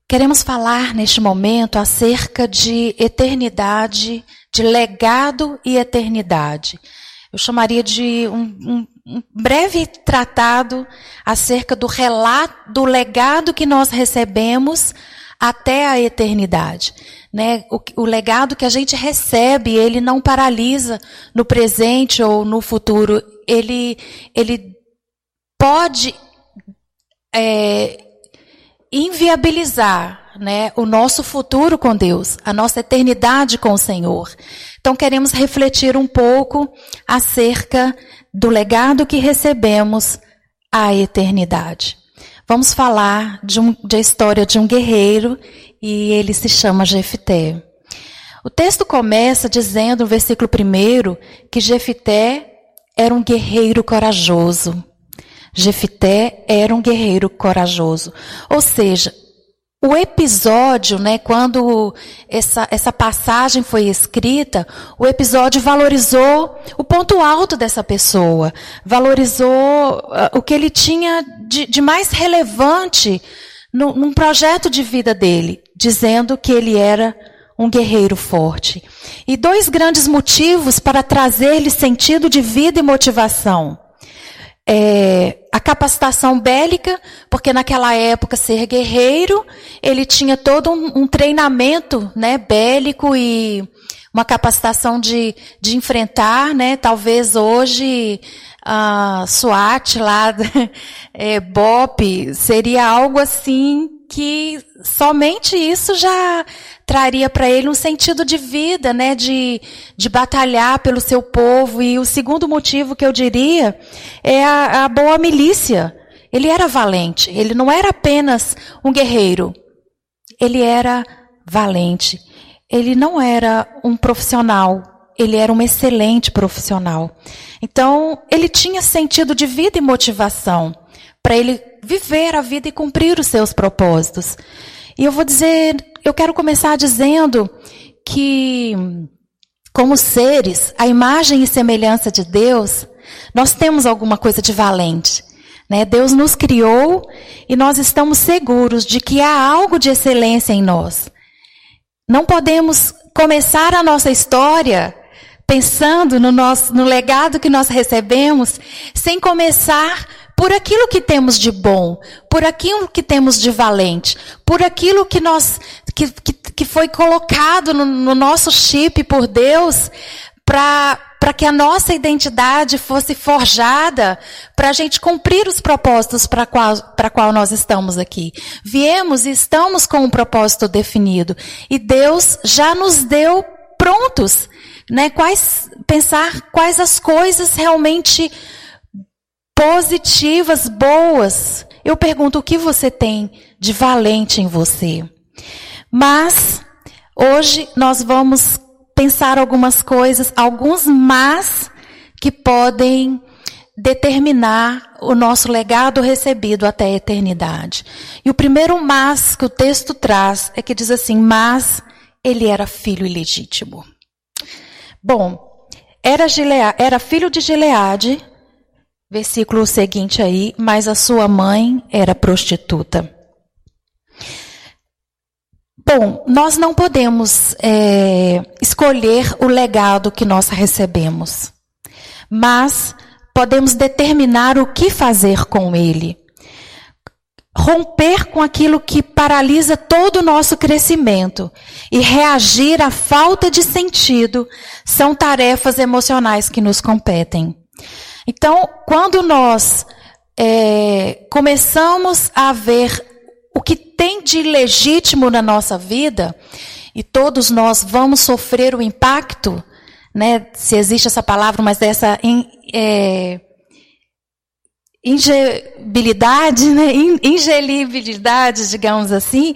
Queremos falar neste momento acerca de eternidade, de legado e eternidade. Eu chamaria de um breve tratado acerca do relato, do legado que nós recebemos até a eternidade. Né? O legado que a gente recebe, ele não paralisa no presente ou no futuro. Ele pode inviabilizar, né, o nosso futuro com Deus, a nossa eternidade com o Senhor. Então queremos refletir um pouco acerca do legado que recebemos à eternidade. Vamos falar da história de um guerreiro e ele se chama Jefté. O texto começa dizendo, no versículo 1, que Jefté era um guerreiro corajoso. Jefté era um guerreiro corajoso. Ou seja, o episódio, né, quando essa passagem foi escrita, o episódio valorizou o ponto alto dessa pessoa, valorizou o que ele tinha de mais relevante num projeto de vida dele, dizendo que ele era um guerreiro forte. E 2 grandes motivos para trazer-lhe sentido de vida e motivação. A capacitação bélica, porque naquela época ser guerreiro, ele tinha todo um treinamento, né, bélico e uma capacitação de enfrentar, né, talvez hoje a SWAT lá, BOP, seria algo assim que somente isso já traria para ele um sentido de vida, né, de batalhar pelo seu povo. E o segundo motivo que eu diria é a boa milícia. Ele era valente, ele não era apenas um guerreiro, ele era valente. Ele não era um profissional, ele era um excelente profissional. Então, ele tinha sentido de vida e motivação para ele viver a vida e cumprir os seus propósitos. E eu quero começar dizendo que, como seres, a imagem e semelhança de Deus, nós temos alguma coisa de valente. Né? Deus nos criou e nós estamos seguros de que há algo de excelência em nós. Não podemos começar a nossa história pensando no legado que nós recebemos, sem começar por aquilo que temos de bom, por aquilo que temos de valente, por aquilo que foi colocado no nosso chip por Deus, para que a nossa identidade fosse forjada, para a gente cumprir os propósitos para qual nós estamos aqui. Viemos e estamos com um propósito definido. E Deus já nos deu prontos, né? Pensar quais as coisas realmente positivas, boas. Eu pergunto, o que você tem de valente em você? Mas, hoje nós vamos pensar algumas coisas, alguns mas que podem determinar o nosso legado recebido até a eternidade. E o primeiro mas que o texto traz é que diz assim, mas ele era filho ilegítimo. Bom, era filho de Gileade, versículo seguinte aí, mas a sua mãe era prostituta. Bom, nós não podemos escolher o legado que nós recebemos, mas podemos determinar o que fazer com ele. Romper com aquilo que paralisa todo o nosso crescimento e reagir à falta de sentido são tarefas emocionais que nos competem. Então, quando nós começamos a ver o que tem de legítimo na nossa vida, e todos nós vamos sofrer o impacto, né, se existe essa palavra, mas dessa ingelibilidade, né, ingelibilidade, digamos assim,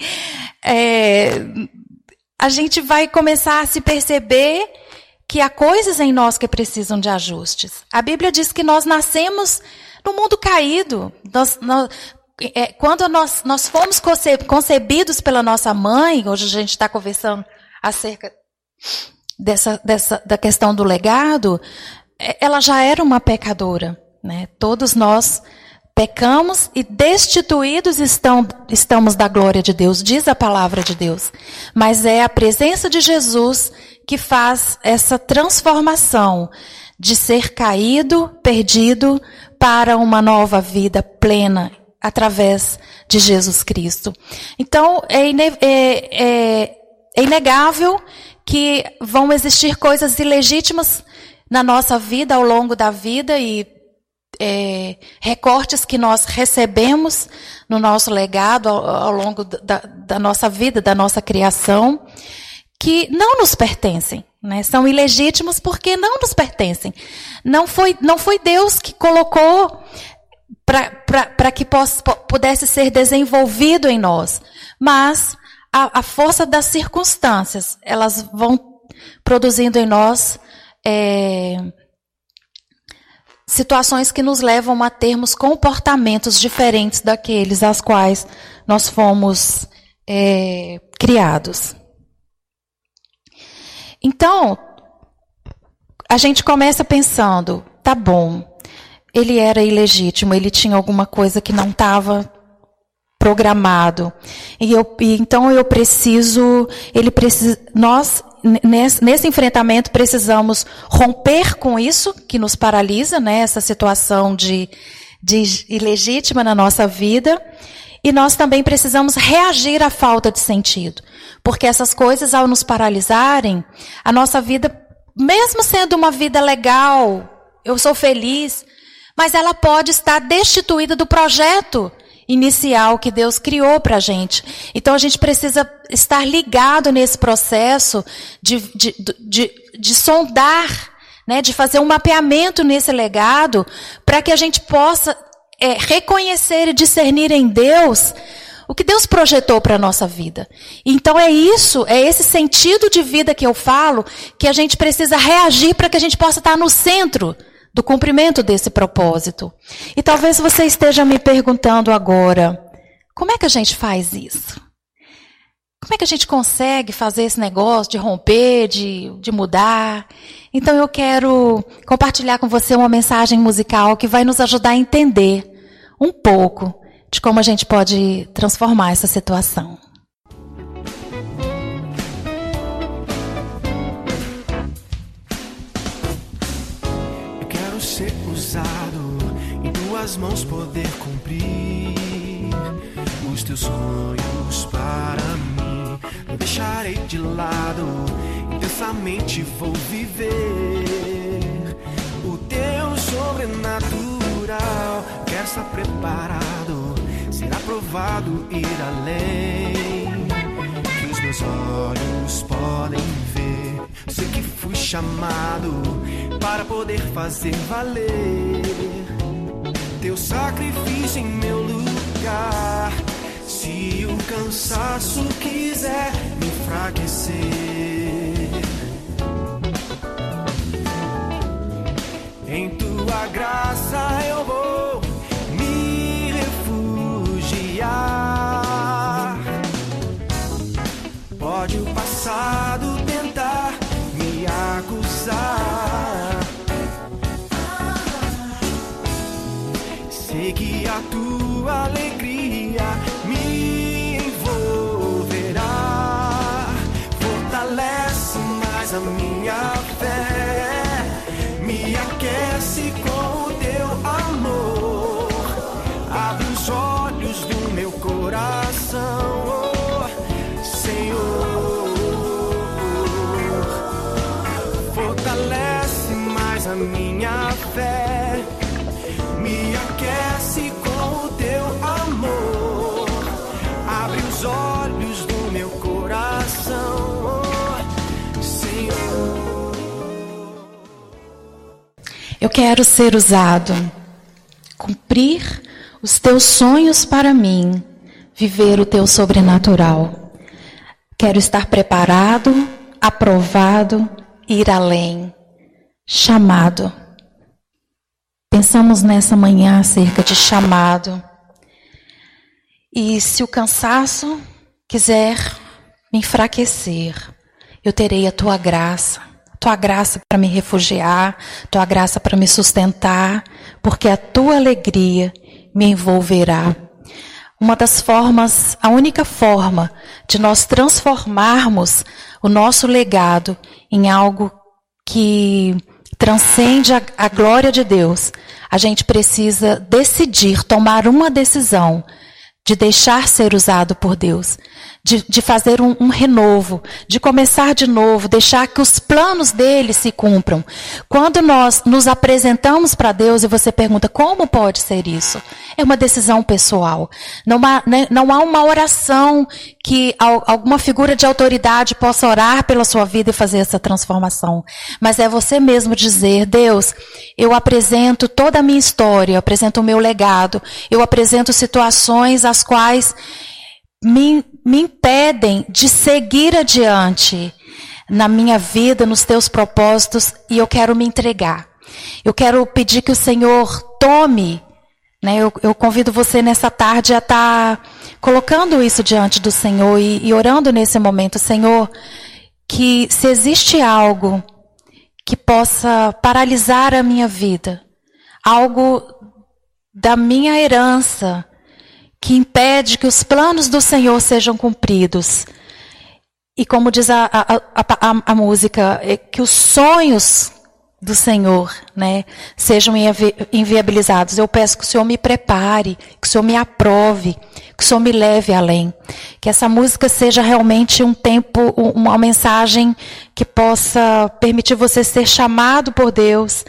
a gente vai começar a se perceber que há coisas em nós que precisam de ajustes. A Bíblia diz que nós nascemos no mundo caído. Quando nós fomos concebidos pela nossa mãe, hoje a gente está conversando acerca da questão do legado, ela já era uma pecadora, né? Todos nós pecamos e destituídos estamos da glória de Deus, diz a palavra de Deus. Mas é a presença de Jesus que faz essa transformação de ser caído, perdido, para uma nova vida plena, através de Jesus Cristo. Então, é inegável que vão existir coisas ilegítimas na nossa vida, ao longo da vida, e recortes que nós recebemos no nosso legado, ao longo da nossa vida, da nossa criação, que não nos pertencem, né? São ilegítimos porque não nos pertencem. Não foi Deus que colocou para que pudesse ser desenvolvido em nós. Mas a força das circunstâncias, elas vão produzindo em nós situações que nos levam a termos comportamentos diferentes daqueles aos quais nós fomos criados. Então, a gente começa pensando, tá bom, ele era ilegítimo, ele tinha alguma coisa que não estava programado. Então nós, nesse enfrentamento, precisamos romper com isso que nos paralisa, né, essa situação de ilegítima na nossa vida. E nós também precisamos reagir à falta de sentido. Porque essas coisas, ao nos paralisarem, a nossa vida, mesmo sendo uma vida legal, eu sou feliz, mas ela pode estar destituída do projeto inicial que Deus criou para a gente. Então a gente precisa estar ligado nesse processo de sondar, né, de fazer um mapeamento nesse legado, para que a gente possa reconhecer e discernir em Deus o que Deus projetou para a nossa vida. Então é esse sentido de vida que eu falo, que a gente precisa reagir para que a gente possa estar no centro do cumprimento desse propósito. E talvez você esteja me perguntando agora, como é que a gente faz isso? Como é que a gente consegue fazer esse negócio de romper, de mudar? Então eu quero compartilhar com você uma mensagem musical que vai nos ajudar a entender um pouco de como a gente pode transformar essa situação. Eu quero ser usado, em tuas mãos poder cumprir os teus sonhos para mim. Não deixarei de lado, intensamente vou viver o teu sobrenatural. Quero estar preparado, ser aprovado, ir além que os meus olhos podem ver. Sei que fui chamado para poder fazer valer teu sacrifício em meu lugar. Se o cansaço quiser me enfraquecer, em tua graça eu vou me refugiar. Pode o passado tentar me acusar, sei que a tua alegria me envolverá. Fortalece mais a minha fé, me aquece com o teu amor. Abre os olhos do meu coração, oh, Senhor. Fortalece mais a minha fé, me aquece com o teu amor. Abre os olhos do meu coração, oh, Senhor. Eu quero ser usado, cumprir os teus sonhos para mim, viver o teu sobrenatural. Quero estar preparado, aprovado, ir além, chamado. Pensamos nessa manhã acerca de chamado. E se o cansaço quiser me enfraquecer, eu terei a tua graça para me refugiar, tua graça para me sustentar, porque a tua alegria me envolverá. Uma das formas, a única forma de nós transformarmos o nosso legado em algo que transcende a glória de Deus, a gente precisa decidir, tomar uma decisão de deixar ser usado por Deus, de fazer um renovo, de começar de novo, deixar que os planos dele se cumpram. Quando nós nos apresentamos para Deus e você pergunta como pode ser isso, é uma decisão pessoal. Não há uma oração que alguma figura de autoridade possa orar pela sua vida e fazer essa transformação. Mas é você mesmo dizer, Deus, eu apresento toda a minha história, eu apresento o meu legado, eu apresento situações as quais me impedem de seguir adiante na minha vida, nos teus propósitos, e eu quero me entregar. Eu quero pedir que o Senhor tome, né? Eu convido você nessa tarde a estar colocando isso diante do Senhor e orando nesse momento, Senhor, que se existe algo que possa paralisar a minha vida, algo da minha herança, que impede que os planos do Senhor sejam cumpridos. E como diz a música, que os sonhos do Senhor, né, sejam inviabilizados. Eu peço que o Senhor me prepare, que o Senhor me aprove, que o Senhor me leve além. Que essa música seja realmente um tempo, uma mensagem que possa permitir você ser chamado por Deus.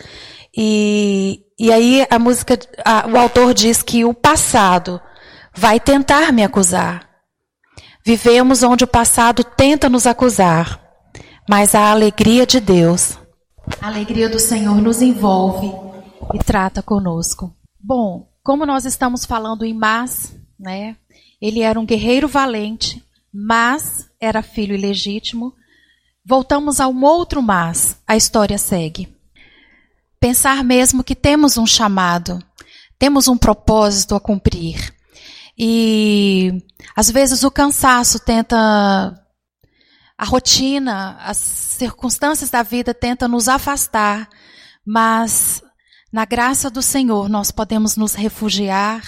E aí a música, o autor diz que o passado vai tentar me acusar. Vivemos onde o passado tenta nos acusar, mas a alegria de Deus, a alegria do Senhor nos envolve e trata conosco. Bom, como nós estamos falando em Mas, né? Ele era um guerreiro valente, mas era filho ilegítimo. Voltamos a um outro Mas, a história segue. Pensar mesmo que temos um chamado, temos um propósito a cumprir. E às vezes o cansaço tenta, a rotina, as circunstâncias da vida tentam nos afastar, mas na graça do Senhor nós podemos nos refugiar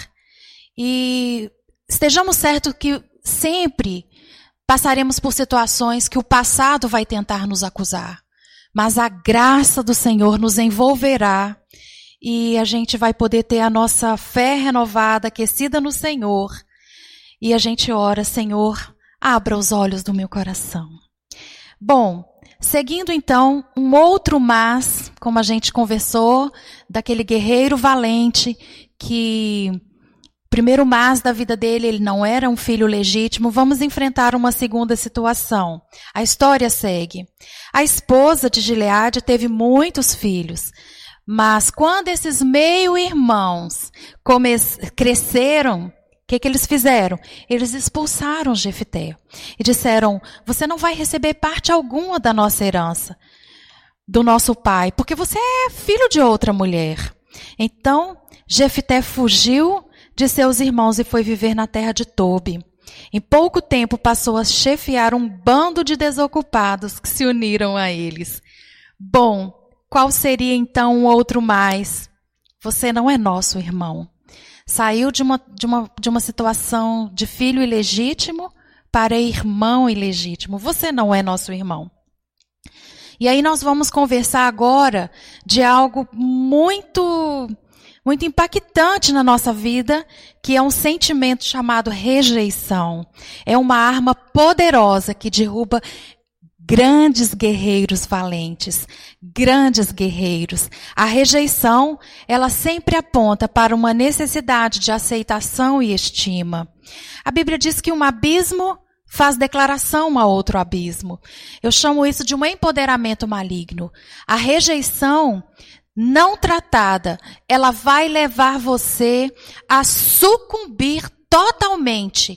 e estejamos certos que sempre passaremos por situações que o passado vai tentar nos acusar, mas a graça do Senhor nos envolverá. E a gente vai poder ter a nossa fé renovada, aquecida no Senhor. E a gente ora, Senhor, abra os olhos do meu coração. Bom, seguindo então, um outro Mas, como a gente conversou, daquele guerreiro valente, que primeiro Mas da vida dele, ele não era um filho legítimo. Vamos enfrentar uma segunda situação. A história segue. A esposa de Gileade teve muitos filhos. Mas quando esses meio-irmãos cresceram, o que eles fizeram? Eles expulsaram Jefté e disseram, você não vai receber parte alguma da nossa herança, do nosso pai, porque você é filho de outra mulher. Então, Jefté fugiu de seus irmãos e foi viver na terra de Tobi. Em pouco tempo passou a chefiar um bando de desocupados que se uniram a eles. Bom, qual seria então um outro mais? Você não é nosso irmão. Saiu de uma situação de filho ilegítimo para irmão ilegítimo. Você não é nosso irmão. E aí nós vamos conversar agora de algo muito impactante na nossa vida, que é um sentimento chamado rejeição. É uma arma poderosa que derruba grandes guerreiros valentes, grandes guerreiros. A rejeição, ela sempre aponta para uma necessidade de aceitação e estima. A Bíblia diz que um abismo faz declaração a outro abismo. Eu chamo isso de um empoderamento maligno. A rejeição não tratada, ela vai levar você a sucumbir totalmente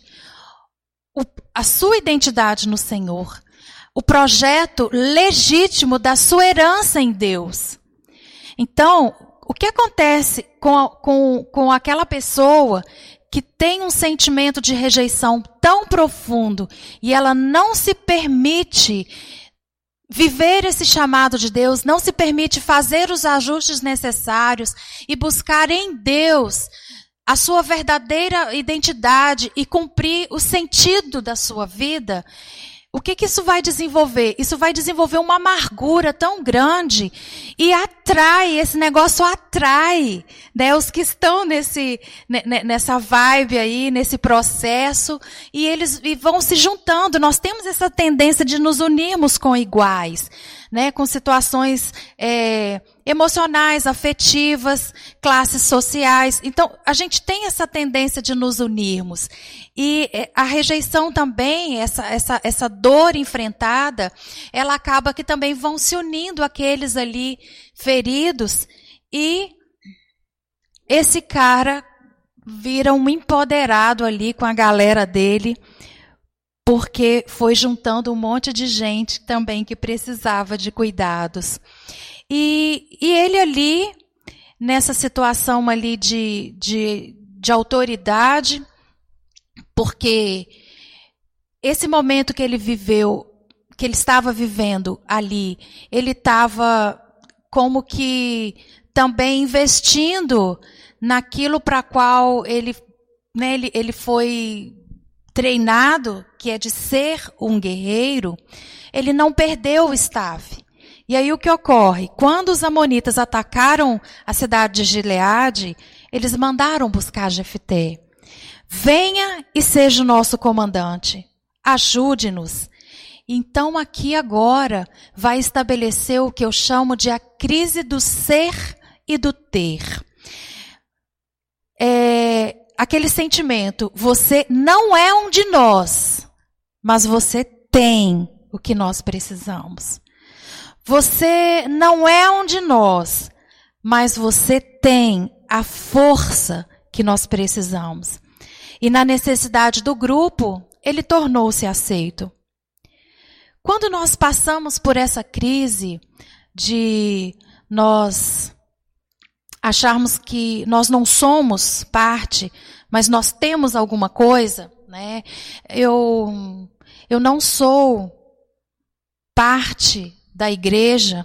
a sua identidade no Senhor. O projeto legítimo da sua herança em Deus. Então, o que acontece com aquela pessoa que tem um sentimento de rejeição tão profundo e ela não se permite viver esse chamado de Deus, não se permite fazer os ajustes necessários e buscar em Deus a sua verdadeira identidade e cumprir o sentido da sua vida, o que isso vai desenvolver? Isso vai desenvolver uma amargura tão grande e esse negócio atrai, né, os que estão nessa vibe aí, nesse processo, e eles vão se juntando. Nós temos essa tendência de nos unirmos com iguais, né, com situações emocionais, afetivas, classes sociais. Então, a gente tem essa tendência de nos unirmos. E a rejeição também, essa dor enfrentada, ela acaba que também vão se unindo aqueles ali feridos, e esse cara vira um empoderado ali com a galera dele, porque foi juntando um monte de gente também que precisava de cuidados. E ele ali, nessa situação ali de autoridade, porque esse momento que ele viveu, que ele estava vivendo ali, ele estava como que também investindo naquilo para qual ele foi treinado, que é de ser um guerreiro. Ele não perdeu o staff. E aí o que ocorre? Quando os amonitas atacaram a cidade de Gileade, eles mandaram buscar Jefté. Venha e seja o nosso comandante. Ajude-nos. Então aqui agora vai estabelecer o que eu chamo de a crise do ser e do ter. Aquele sentimento, você não é um de nós, mas você tem o que nós precisamos. Você não é um de nós, mas você tem a força que nós precisamos. E na necessidade do grupo, ele tornou-se aceito. Quando nós passamos por essa crise de nós acharmos que nós não somos parte, mas nós temos alguma coisa, né? Eu não sou parte da igreja,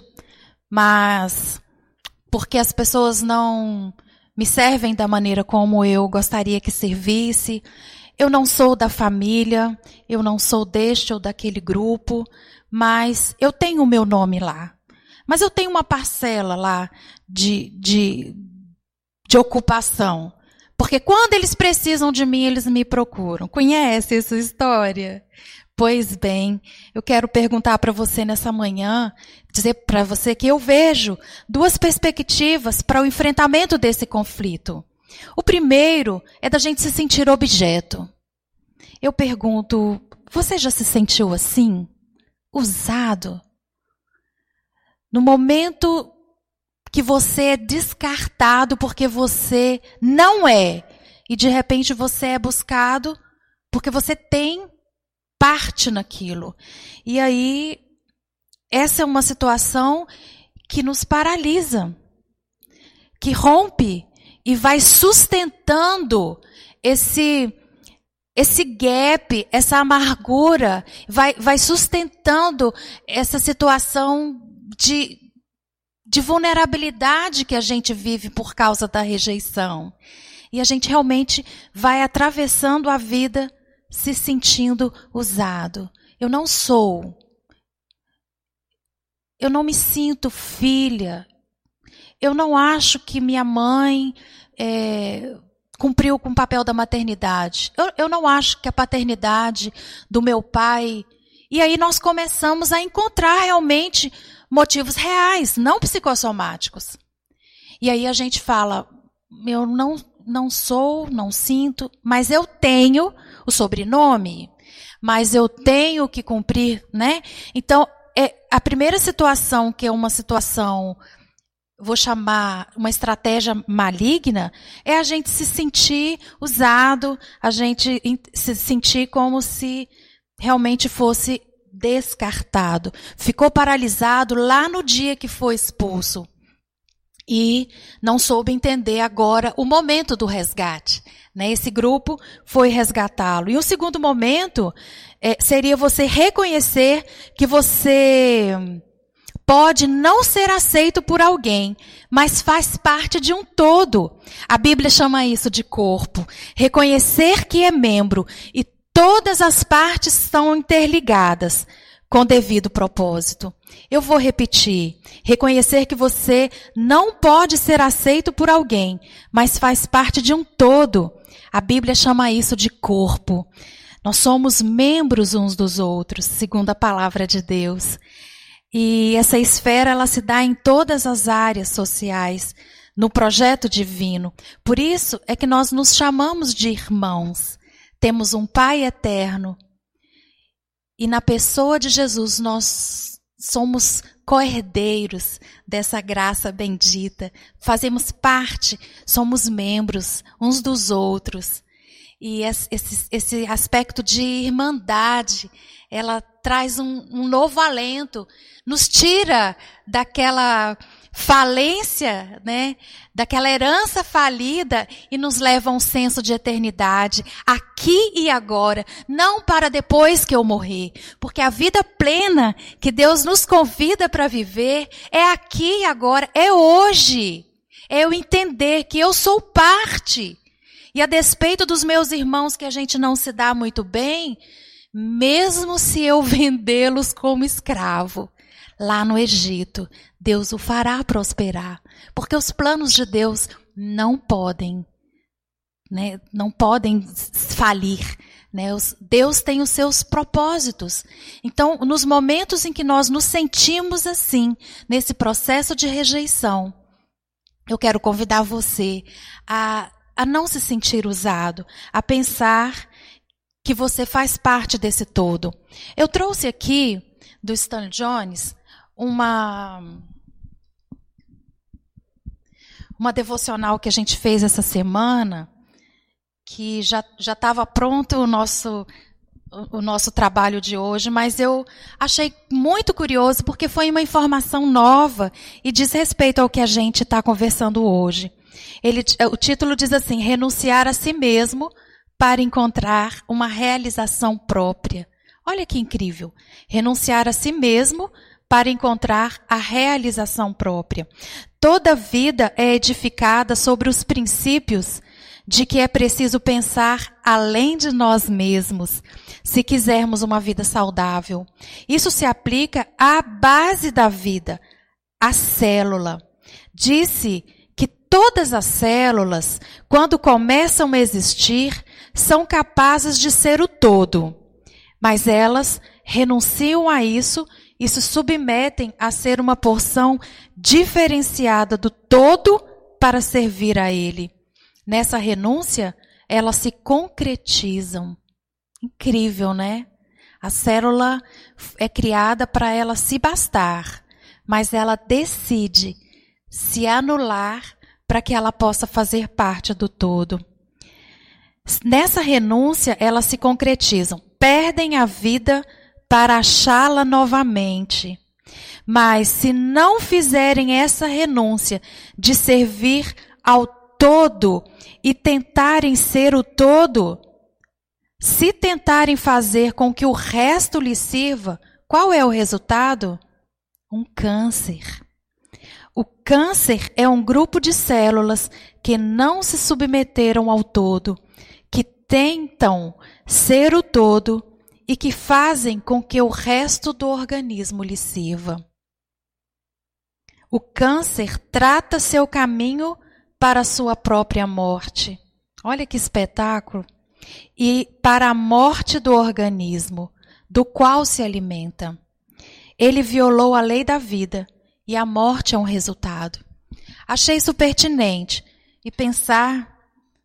mas porque as pessoas não me servem da maneira como eu gostaria que servisse. Eu não sou da família, eu não sou deste ou daquele grupo, mas eu tenho o meu nome lá. Mas eu tenho uma parcela lá de ocupação. Porque quando eles precisam de mim, eles me procuram. Conhece essa história? Pois bem, eu quero perguntar para você nessa manhã, dizer para você que eu vejo duas perspectivas para o enfrentamento desse conflito. O primeiro é da gente se sentir objeto. Eu pergunto, você já se sentiu assim? Usado? No momento que você é descartado porque você não é, e de repente você é buscado porque você tem parte naquilo. E aí, essa é uma situação que nos paralisa, que rompe e vai sustentando esse gap, essa amargura, vai sustentando essa situação de vulnerabilidade que a gente vive por causa da rejeição. E a gente realmente vai atravessando a vida se sentindo usado. Eu não me sinto filha. Eu não acho que minha mãe cumpriu com o papel da maternidade. Eu não acho que a paternidade do meu pai... E aí nós começamos a encontrar realmente motivos reais, não psicossomáticos. E aí a gente fala, eu não sou, não sinto, mas eu tenho o sobrenome, mas eu tenho que cumprir, né? Então, a primeira situação, que é uma situação, vou chamar uma estratégia maligna, é a gente se sentir usado, a gente se sentir como se realmente fosse descartado. Ficou paralisado lá no dia que foi expulso. E não soube entender agora o momento do resgate. Né? Esse grupo foi resgatá-lo. E o segundo momento seria você reconhecer que você pode não ser aceito por alguém, mas faz parte de um todo. A Bíblia chama isso de corpo. Reconhecer que é membro e todas as partes estão interligadas com devido propósito. Eu vou repetir. Reconhecer que você não pode ser aceito por alguém, mas faz parte de um todo. A Bíblia chama isso de corpo. Nós somos membros uns dos outros, segundo a palavra de Deus. E essa esfera, ela se dá em todas as áreas sociais, no projeto divino. Por isso é que nós nos chamamos de irmãos. Temos um Pai eterno. E na pessoa de Jesus, nós somos co-herdeiros dessa graça bendita. Fazemos parte, somos membros uns dos outros. E esse aspecto de irmandade, ela traz um novo alento, nos tira daquela falência, né, daquela herança falida e nos leva a um senso de eternidade, aqui e agora, não para depois que eu morrer, porque a vida plena que Deus nos convida para viver é aqui e agora, é hoje, é eu entender que eu sou parte. E a despeito dos meus irmãos que a gente não se dá muito bem, mesmo se eu vendê-los como escravo, lá no Egito, Deus o fará prosperar. Porque os planos de Deus não podem, né, não podem falir. Né? Deus tem os seus propósitos. Então, nos momentos em que nós nos sentimos assim, nesse processo de rejeição, eu quero convidar você a não se sentir usado, a pensar que você faz parte desse todo. Eu trouxe aqui, do Stan Jones, uma devocional que a gente fez essa semana, que já estava pronto o nosso trabalho de hoje, mas eu achei muito curioso porque foi uma informação nova e diz respeito ao que a gente está conversando hoje. O título diz assim: renunciar a si mesmo para encontrar uma realização própria. Olha que incrível. Renunciar a si mesmo para encontrar a realização própria. Toda vida é edificada sobre os princípios de que é preciso pensar além de nós mesmos, se quisermos uma vida saudável. Isso se aplica à base da vida, à célula. Disse que todas as células, quando começam a existir, são capazes de ser o todo, mas elas renunciam a isso e se submetem a ser uma porção diferenciada do todo para servir a ele. Nessa renúncia, elas se concretizam. Incrível, né? A célula é criada para ela se bastar, mas ela decide se anular para que ela possa fazer parte do todo. Nessa renúncia, elas se concretizam, perdem a vida para achá-la novamente. Mas se não fizerem essa renúncia de servir ao todo e tentarem ser o todo, se tentarem fazer com que o resto lhe sirva, qual é o resultado? Um câncer. O câncer é um grupo de células que não se submeteram ao todo, que tentam ser o todo e que fazem com que o resto do organismo lhe sirva. O câncer trata seu caminho para a sua própria morte. Olha que espetáculo! E para a morte do organismo, do qual se alimenta. Ele violou a lei da vida e a morte é um resultado. Achei isso pertinente e pensar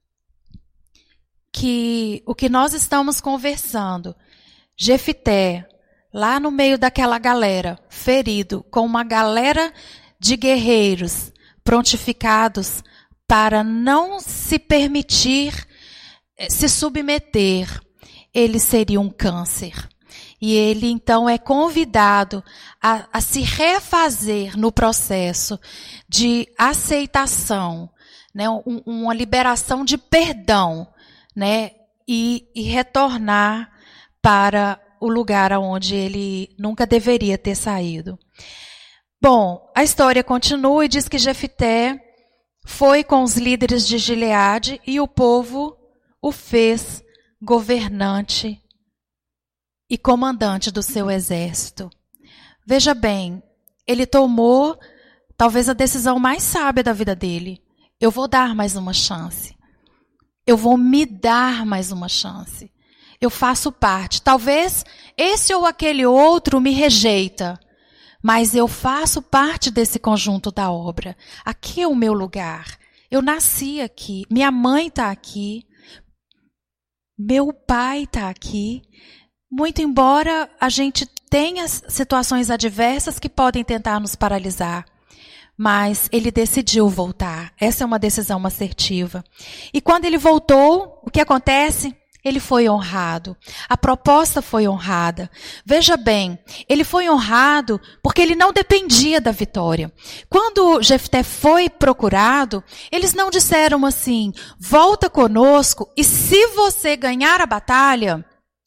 que o que nós estamos conversando, Jefité, lá no meio daquela galera, ferido, com uma galera de guerreiros prontificados para não se permitir se submeter, ele seria um câncer. E ele, então, é convidado a se refazer no processo de aceitação, né, uma liberação de perdão, né, e retornar para o lugar onde ele nunca deveria ter saído. Bom, a história continua e diz que Jefté foi com os líderes de Gileade e o povo o fez governante e comandante do seu exército. Veja bem, ele tomou talvez a decisão mais sábia da vida dele. Eu vou dar mais uma chance. Eu vou me dar mais uma chance. Eu faço parte. Talvez esse ou aquele outro me rejeita, mas eu faço parte desse conjunto da obra. Aqui é o meu lugar. Eu nasci aqui. Minha mãe está aqui. Meu pai está aqui. Muito embora a gente tenha situações adversas que podem tentar nos paralisar. Mas ele decidiu voltar. Essa é uma decisão assertiva. E quando ele voltou, o que acontece? Ele foi honrado. A proposta foi honrada. Veja bem, ele foi honrado porque ele não dependia da vitória. Quando Jefté foi procurado, eles não disseram assim, volta conosco e se você ganhar a batalha,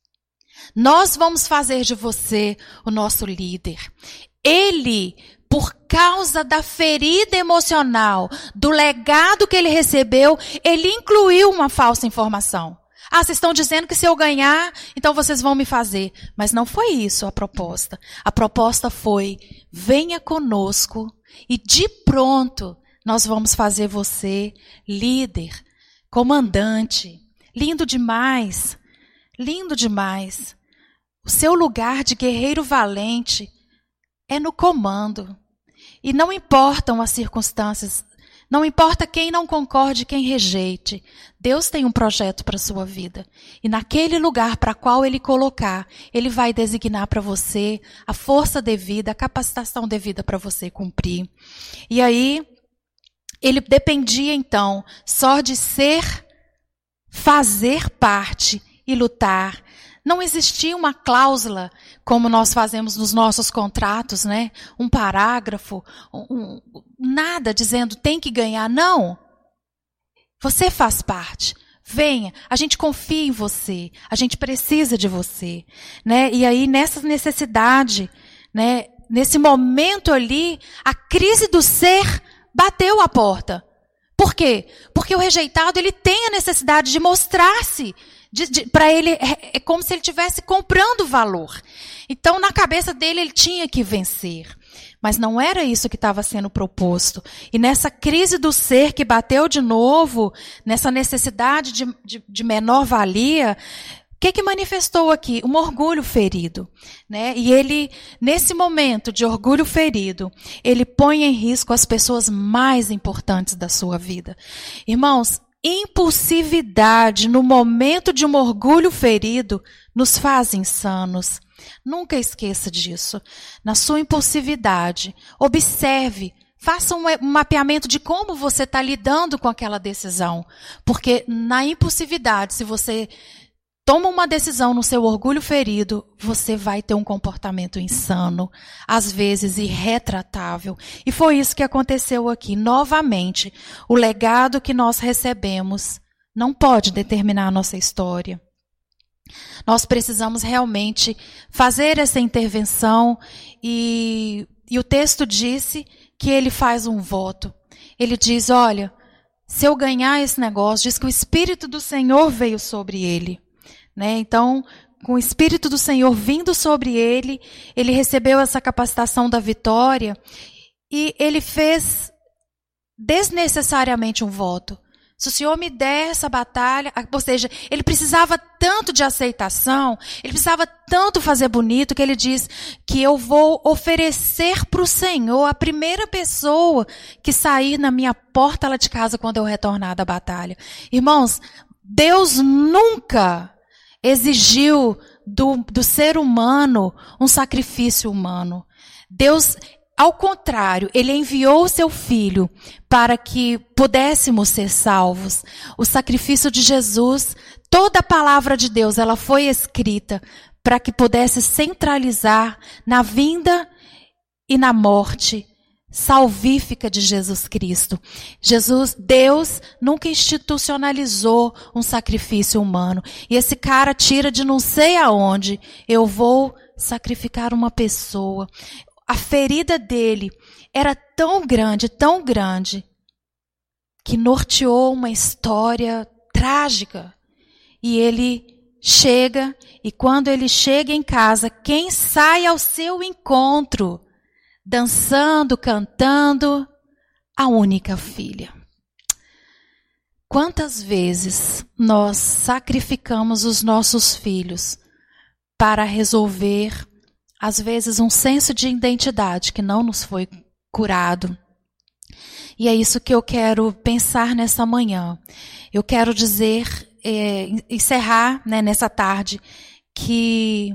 nós vamos fazer de você o nosso líder. Ele, por causa da ferida emocional, do legado que ele recebeu, ele incluiu uma falsa informação. Ah, vocês estão dizendo que se eu ganhar, então vocês vão me fazer. Mas não foi isso a proposta. A proposta foi, venha conosco e de pronto nós vamos fazer você líder, comandante. Lindo demais, lindo demais. O seu lugar de guerreiro valente é no comando. E não importam as circunstâncias, não importa quem não concorde, quem rejeite. Deus tem um projeto para a sua vida. E naquele lugar para qual Ele colocar, Ele vai designar para você a força devida, a capacitação devida para você cumprir. E aí, ele dependia então só de fazer parte e lutar. Não existia uma cláusula, como nós fazemos nos nossos contratos, né? Um parágrafo, nada dizendo tem que ganhar. Não. Você faz parte. Venha, a gente confia em você, a gente precisa de você. Né? E aí, nessa necessidade, né? Nesse momento ali, a crise do ser bateu a porta. Por quê? Porque o rejeitado ele tem a necessidade de mostrar-se. Para ele é como se ele estivesse comprando valor. Então, na cabeça dele, ele tinha que vencer. Mas não era isso que estava sendo proposto. E nessa crise do ser que bateu de novo, nessa necessidade de menor valia, o que manifestou aqui? Um orgulho ferido. Né? E ele, nesse momento de orgulho ferido, ele põe em risco as pessoas mais importantes da sua vida. Irmãos, impulsividade no momento de um orgulho ferido nos faz insanos. Nunca esqueça disso. Na sua impulsividade, observe, faça um mapeamento de como você está lidando com aquela decisão. Porque na impulsividade, se você toma uma decisão no seu orgulho ferido, você vai ter um comportamento insano, às vezes irretratável. E foi isso que aconteceu aqui. Novamente, o legado que nós recebemos não pode determinar a nossa história. Nós precisamos realmente fazer essa intervenção e o texto disse que ele faz um voto. Ele diz, olha, se eu ganhar esse negócio, diz que o Espírito do Senhor veio sobre ele. Né? Então, com o Espírito do Senhor vindo sobre ele, ele recebeu essa capacitação da vitória e ele fez desnecessariamente um voto. Se o Senhor me der essa batalha, ou seja, ele precisava tanto de aceitação, ele precisava tanto fazer bonito, que ele diz que eu vou oferecer para o Senhor a primeira pessoa que sair na minha porta lá de casa quando eu retornar da batalha. Irmãos, Deus nunca exigiu do ser humano um sacrifício humano. Deus, ao contrário, Ele enviou o seu Filho para que pudéssemos ser salvos. O sacrifício de Jesus, toda a palavra de Deus, ela foi escrita para que pudesse centralizar na vinda e na morte salvífica de Jesus Cristo. Deus nunca institucionalizou um sacrifício humano. E esse cara tira de não sei aonde, eu vou sacrificar uma pessoa. a ferida dele era tão grande, que norteou uma história trágica. E ele chega, e quando ele chega em casa, quem sai ao seu encontro, dançando, cantando? A única filha. Quantas vezes nós sacrificamos os nossos filhos para resolver, às vezes, um senso de identidade que não nos foi curado? E é isso que eu quero pensar nessa manhã. Eu quero dizer, encerrar, né, nessa tarde, que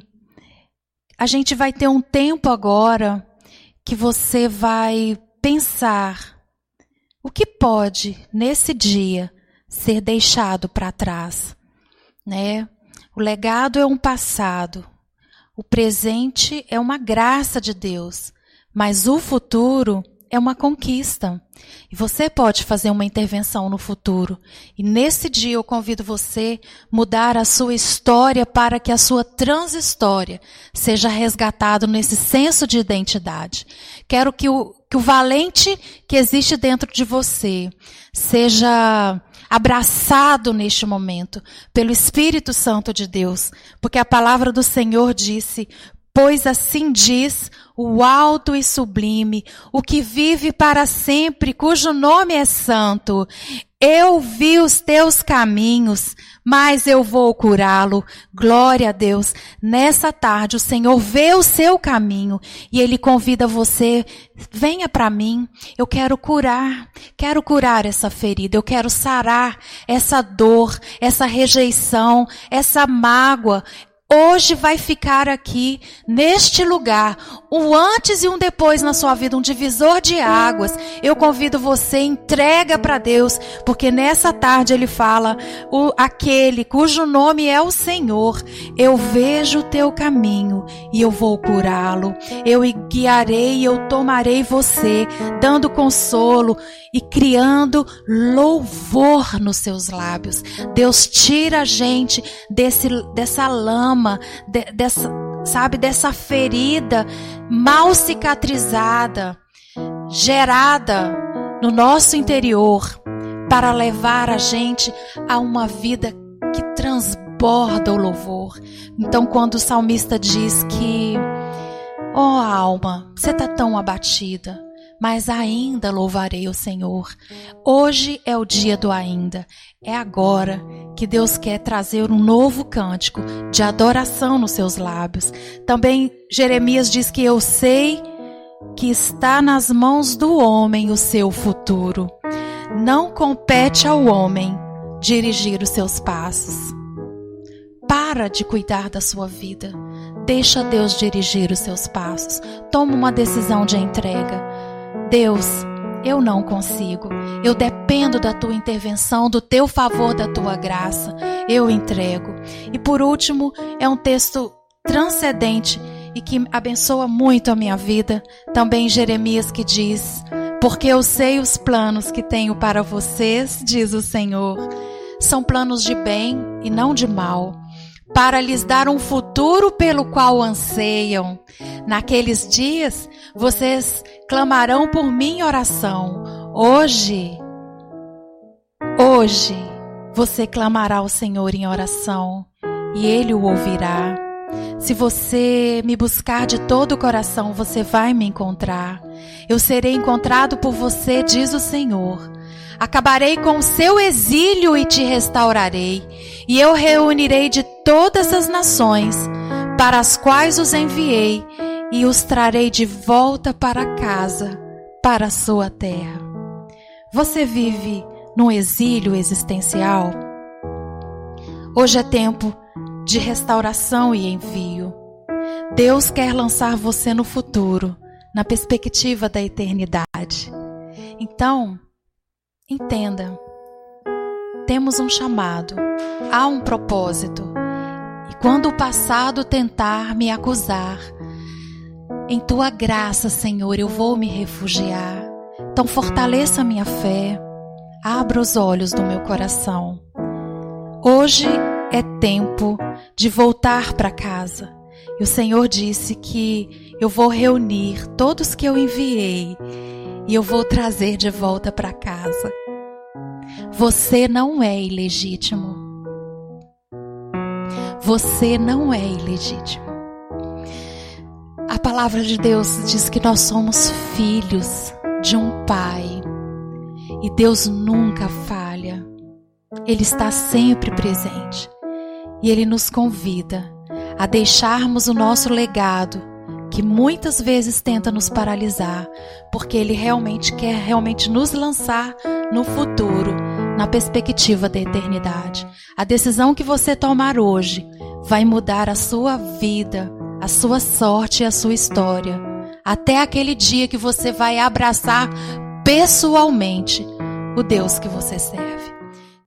a gente vai ter um tempo agora que você vai pensar o que pode, nesse dia, ser deixado para trás, né? O legado é um passado, o presente é uma graça de Deus, mas o futuro é uma conquista. E você pode fazer uma intervenção no futuro. E nesse dia eu convido você a mudar a sua história para que a sua transhistória seja resgatado nesse senso de identidade. Quero que o valente que existe dentro de você seja abraçado neste momento pelo Espírito Santo de Deus. Porque a palavra do Senhor disse: pois assim diz o alto e sublime, o que vive para sempre, cujo nome é santo. Eu vi os teus caminhos, mas eu vou curá-lo. Glória a Deus. Nessa tarde o Senhor vê o seu caminho e Ele convida você: venha para mim, eu quero curar essa ferida, eu quero sarar essa dor, essa rejeição, essa mágoa. Hoje vai ficar aqui, neste lugar, um antes e um depois na sua vida, um divisor de águas. Eu convido você, entrega para Deus, porque nessa tarde Ele fala: aquele cujo nome é o Senhor, eu vejo o teu caminho e eu vou curá-lo. Eu guiarei e eu tomarei você, dando consolo e criando louvor nos seus lábios. Deus tira a gente dessa lama, dessa ferida mal cicatrizada, gerada no nosso interior, para levar a gente a uma vida que transborda o louvor. Então, quando o salmista diz que, ó alma, você está tão abatida, mas ainda louvarei o Senhor. Hoje é o dia do ainda. É agora que Deus quer trazer um novo cântico de adoração nos seus lábios. Também Jeremias diz que eu sei que está nas mãos do homem o seu futuro. Não compete ao homem dirigir os seus passos. Para de cuidar da sua vida. Deixa Deus dirigir os seus passos. Toma uma decisão de entrega. Deus, eu não consigo. Eu dependo da tua intervenção, do teu favor, da tua graça. Eu entrego. E por último, é um texto transcendente e que abençoa muito a minha vida. Também Jeremias, que diz: porque eu sei os planos que tenho para vocês, diz o Senhor. São planos de bem e não de mal, para lhes dar um futuro pelo qual anseiam. Naqueles dias, vocês clamarão por mim em oração. Hoje, você clamará ao Senhor em oração e Ele o ouvirá. Se você me buscar de todo o coração, você vai me encontrar. Eu serei encontrado por você, diz o Senhor. Acabarei com o seu exílio e te restaurarei. E eu reunirei de todas as nações para as quais os enviei e os trarei de volta para casa, para a sua terra. Você vive num exílio existencial? Hoje é tempo de restauração e envio. Deus quer lançar você no futuro, na perspectiva da eternidade. Então, entenda, temos um chamado, há um propósito. E quando o passado tentar me acusar, em tua graça, Senhor, eu vou me refugiar. Então fortaleça a minha fé, abra os olhos do meu coração. Hoje é tempo de voltar para casa. E o Senhor disse que eu vou reunir todos que eu enviei e eu vou trazer de volta para casa. Você não é ilegítimo. Você não é ilegítimo. A palavra de Deus diz que nós somos filhos de um Pai. E Deus nunca falha. Ele está sempre presente. E Ele nos convida a deixarmos o nosso legado, que muitas vezes tenta nos paralisar, porque Ele quer nos lançar no futuro, na perspectiva da eternidade. A decisão que você tomar hoje vai mudar a sua vida, a sua sorte e a sua história, até aquele dia que você vai abraçar pessoalmente o Deus que você serve.